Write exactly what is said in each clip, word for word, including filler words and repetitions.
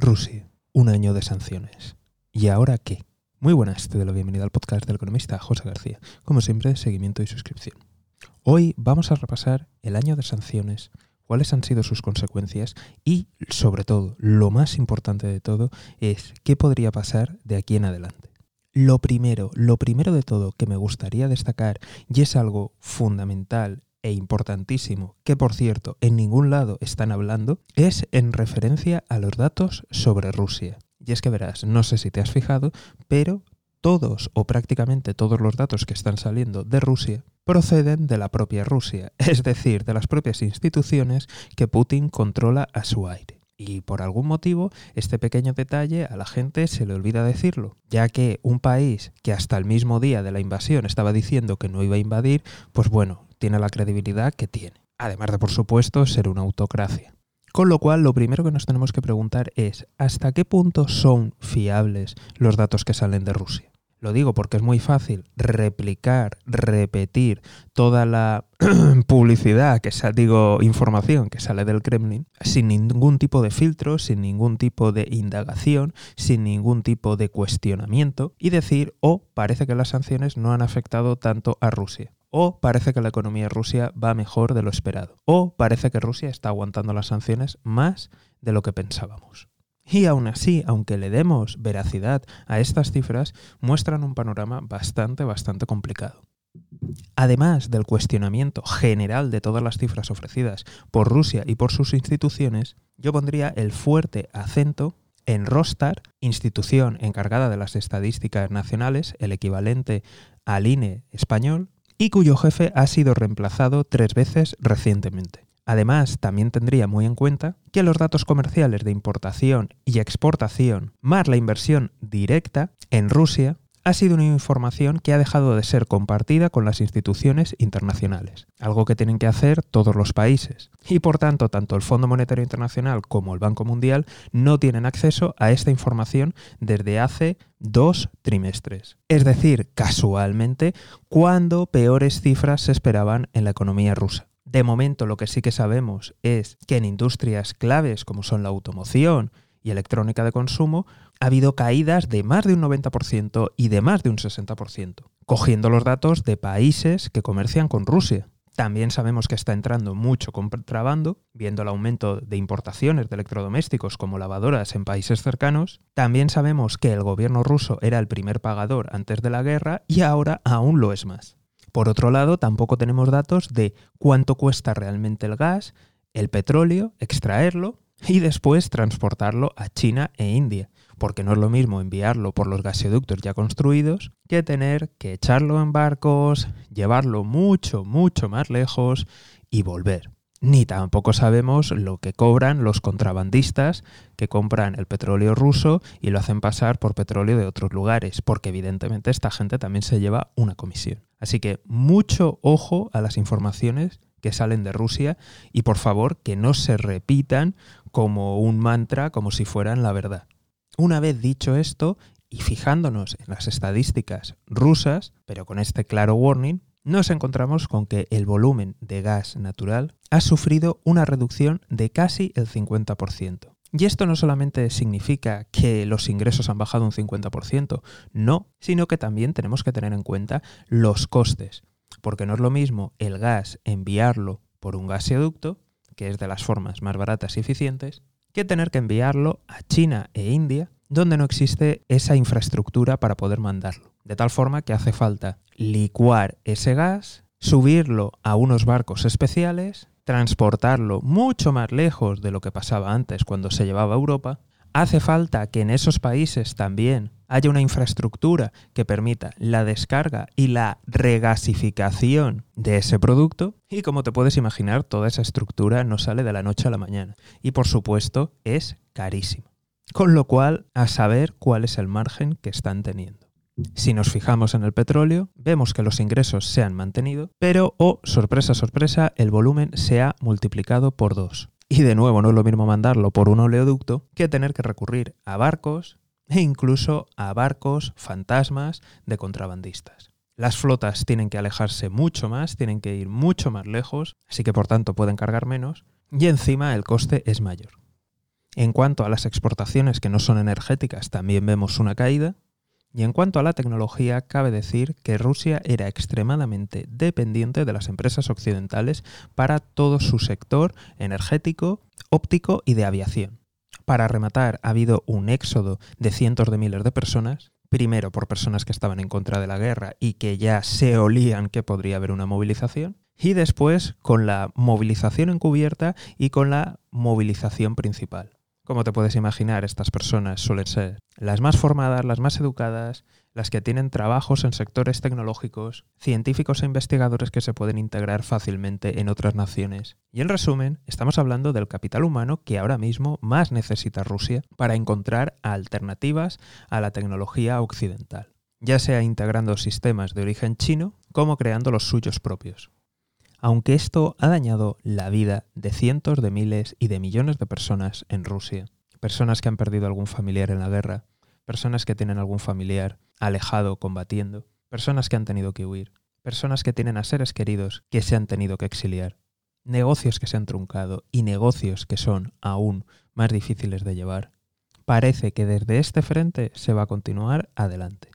Rusia, un año de sanciones. ¿Y ahora qué? Muy buenas, te doy la bienvenida al podcast del economista José García. Como siempre, seguimiento y suscripción. Hoy vamos a repasar el año de sanciones, cuáles han sido sus consecuencias y, sobre todo, lo más importante de todo es qué podría pasar de aquí en adelante. Lo primero, lo primero de todo que me gustaría destacar, y es algo fundamental e importantísimo, que por cierto en ningún lado están hablando, es en referencia a los datos sobre Rusia. Y es que verás, no sé si te has fijado, pero todos o prácticamente todos los datos que están saliendo de Rusia proceden de la propia Rusia, es decir, de las propias instituciones que Putin controla a su aire. Y por algún motivo, este pequeño detalle a la gente se le olvida decirlo, ya que un país que hasta el mismo día de la invasión estaba diciendo que no iba a invadir, pues bueno, tiene la credibilidad que tiene. Además de, por supuesto, ser una autocracia. Con lo cual, lo primero que nos tenemos que preguntar es ¿hasta qué punto son fiables los datos que salen de Rusia? Lo digo porque es muy fácil replicar, repetir toda la publicidad, que sa- digo, información que sale del Kremlin, sin ningún tipo de filtro, sin ningún tipo de indagación, sin ningún tipo de cuestionamiento, y decir, oh, parece que las sanciones no han afectado tanto a Rusia. O parece que la economía de Rusia va mejor de lo esperado. O parece que Rusia está aguantando las sanciones más de lo que pensábamos. Y aún así, aunque le demos veracidad a estas cifras, muestran un panorama bastante, bastante complicado. Además del cuestionamiento general de todas las cifras ofrecidas por Rusia y por sus instituciones, yo pondría el fuerte acento en Rostat, institución encargada de las estadísticas nacionales, el equivalente al I N E español, y cuyo jefe ha sido reemplazado tres veces recientemente. Además, también tendría muy en cuenta que los datos comerciales de importación y exportación, más la inversión directa en Rusia, ha sido una información que ha dejado de ser compartida con las instituciones internacionales, algo que tienen que hacer todos los países. Y por tanto, tanto el Fondo Monetario Internacional como el Banco Mundial no tienen acceso a esta información desde hace dos trimestres. Es decir, casualmente, cuando peores cifras se esperaban en la economía rusa. De momento, lo que sí que sabemos es que en industrias claves como son la automoción y electrónica de consumo, ha habido caídas de más de un noventa por ciento y de más de un sesenta por ciento, cogiendo los datos de países que comercian con Rusia. También sabemos que está entrando mucho contrabando, viendo el aumento de importaciones de electrodomésticos como lavadoras en países cercanos. También sabemos que el gobierno ruso era el primer pagador antes de la guerra y ahora aún lo es más. Por otro lado, tampoco tenemos datos de cuánto cuesta realmente el gas, el petróleo, extraerlo y después transportarlo a China e India, porque no es lo mismo enviarlo por los gasoductos ya construidos que tener que echarlo en barcos, llevarlo mucho, mucho más lejos y volver. Ni tampoco sabemos lo que cobran los contrabandistas que compran el petróleo ruso y lo hacen pasar por petróleo de otros lugares, porque evidentemente esta gente también se lleva una comisión. Así que mucho ojo a las informaciones que salen de Rusia y por favor que no se repitan como un mantra, como si fueran la verdad. Una vez dicho esto y fijándonos en las estadísticas rusas, pero con este claro warning, nos encontramos con que el volumen de gas natural ha sufrido una reducción de casi el cincuenta por ciento. Y esto no solamente significa que los ingresos han bajado un cincuenta por ciento, no, sino que también tenemos que tener en cuenta los costes, porque no es lo mismo el gas enviarlo por un gasoducto, que es de las formas más baratas y eficientes, que tener que enviarlo a China e India, donde no existe esa infraestructura para poder mandarlo. De tal forma que hace falta licuar ese gas, subirlo a unos barcos especiales, transportarlo mucho más lejos de lo que pasaba antes cuando se llevaba a Europa. Hace falta que en esos países también haya una infraestructura que permita la descarga y la regasificación de ese producto. Y como te puedes imaginar, toda esa estructura no sale de la noche a la mañana. Y por supuesto, es carísimo. Con lo cual, a saber cuál es el margen que están teniendo. Si nos fijamos en el petróleo, vemos que los ingresos se han mantenido, pero, oh, sorpresa, sorpresa, el volumen se ha multiplicado por dos. Y de nuevo, no es lo mismo mandarlo por un oleoducto que tener que recurrir a barcos e incluso a barcos fantasmas de contrabandistas. Las flotas tienen que alejarse mucho más, tienen que ir mucho más lejos, así que por tanto pueden cargar menos y encima el coste es mayor. En cuanto a las exportaciones que no son energéticas, también vemos una caída. Y en cuanto a la tecnología, cabe decir que Rusia era extremadamente dependiente de las empresas occidentales para todo su sector energético, óptico y de aviación. Para rematar, ha habido un éxodo de cientos de miles de personas, primero por personas que estaban en contra de la guerra y que ya se olían que podría haber una movilización, y después con la movilización encubierta y con la movilización principal. Como te puedes imaginar, estas personas suelen ser las más formadas, las más educadas, las que tienen trabajos en sectores tecnológicos, científicos e investigadores que se pueden integrar fácilmente en otras naciones. Y en resumen, estamos hablando del capital humano que ahora mismo más necesita Rusia para encontrar alternativas a la tecnología occidental, ya sea integrando sistemas de origen chino como creando los suyos propios. Aunque esto ha dañado la vida de cientos de miles y de millones de personas en Rusia, personas que han perdido algún familiar en la guerra, personas que tienen algún familiar alejado combatiendo, personas que han tenido que huir, personas que tienen a seres queridos que se han tenido que exiliar, negocios que se han truncado y negocios que son aún más difíciles de llevar, parece que desde este frente se va a continuar adelante.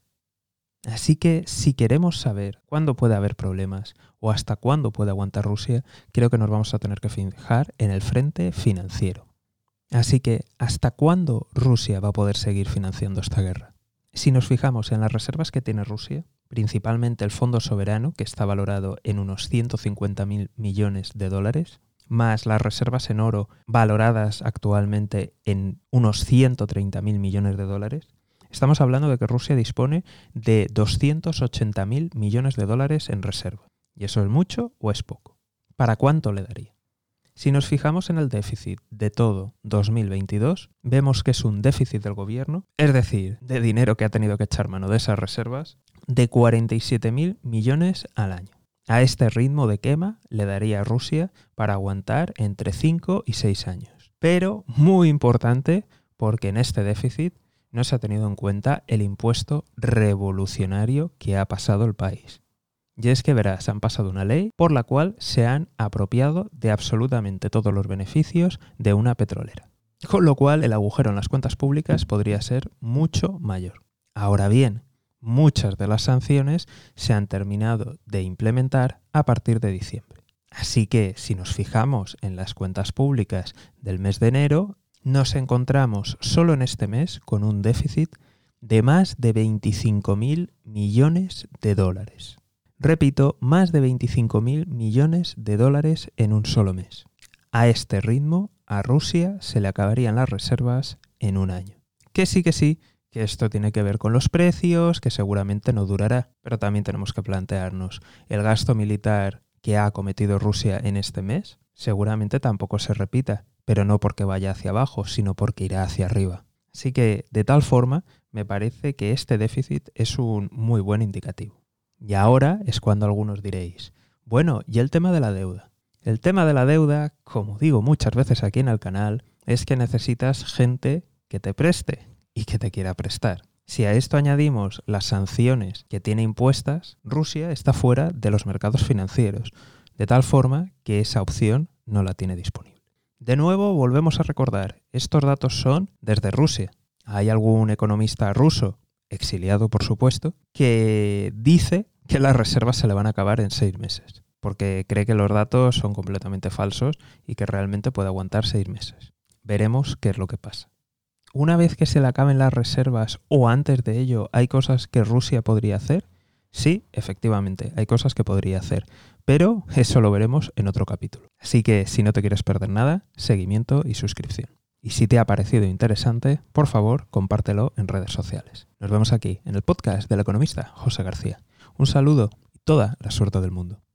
Así que si queremos saber cuándo puede haber problemas o hasta cuándo puede aguantar Rusia, creo que nos vamos a tener que fijar en el frente financiero. Así que, ¿hasta cuándo Rusia va a poder seguir financiando esta guerra? Si nos fijamos en las reservas que tiene Rusia, principalmente el fondo soberano, que está valorado en unos ciento cincuenta mil millones de dólares, más las reservas en oro valoradas actualmente en unos ciento treinta mil millones de dólares, estamos hablando de que Rusia dispone de doscientos ochenta mil millones de dólares en reserva. ¿Y eso es mucho o es poco? ¿Para cuánto le daría? Si nos fijamos en el déficit de todo dos mil veintidós, vemos que es un déficit del gobierno, es decir, de dinero que ha tenido que echar mano de esas reservas, de cuarenta y siete mil millones al año. A este ritmo de quema le daría a Rusia para aguantar entre cinco y seis años. Pero, muy importante, porque en este déficit no se ha tenido en cuenta el impuesto revolucionario que ha pasado el país. Y es que verás, han pasado una ley por la cual se han apropiado de absolutamente todos los beneficios de una petrolera. Con lo cual el agujero en las cuentas públicas podría ser mucho mayor. Ahora bien, muchas de las sanciones se han terminado de implementar a partir de diciembre. Así que si nos fijamos en las cuentas públicas del mes de enero, nos encontramos solo en este mes con un déficit de más de veinticinco mil millones de dólares. Repito, más de veinticinco mil millones de dólares en un solo mes. A este ritmo, a Rusia se le acabarían las reservas en un año. Que sí, que sí, que esto tiene que ver con los precios, que seguramente no durará, pero también tenemos que plantearnos el gasto militar que ha cometido Rusia en este mes, seguramente tampoco se repita, pero no porque vaya hacia abajo, sino porque irá hacia arriba. Así que, de tal forma, me parece que este déficit es un muy buen indicativo. Y ahora es cuando algunos diréis, bueno, ¿y el tema de la deuda? El tema de la deuda, como digo muchas veces aquí en el canal, es que necesitas gente que te preste y que te quiera prestar. Si a esto añadimos las sanciones que tiene impuestas, Rusia está fuera de los mercados financieros, de tal forma que esa opción no la tiene disponible. De nuevo, volvemos a recordar, estos datos son desde Rusia. Hay algún economista ruso, exiliado por supuesto, que dice que las reservas se le van a acabar en seis meses, porque cree que los datos son completamente falsos y que realmente puede aguantar seis meses. Veremos qué es lo que pasa. Una vez que se le acaben las reservas o antes de ello, ¿hay cosas que Rusia podría hacer? Sí, efectivamente, hay cosas que podría hacer, pero eso lo veremos en otro capítulo. Así que si no te quieres perder nada, seguimiento y suscripción. Y si te ha parecido interesante, por favor, compártelo en redes sociales. Nos vemos aquí, en el podcast del economista José García. Un saludo y toda la suerte del mundo.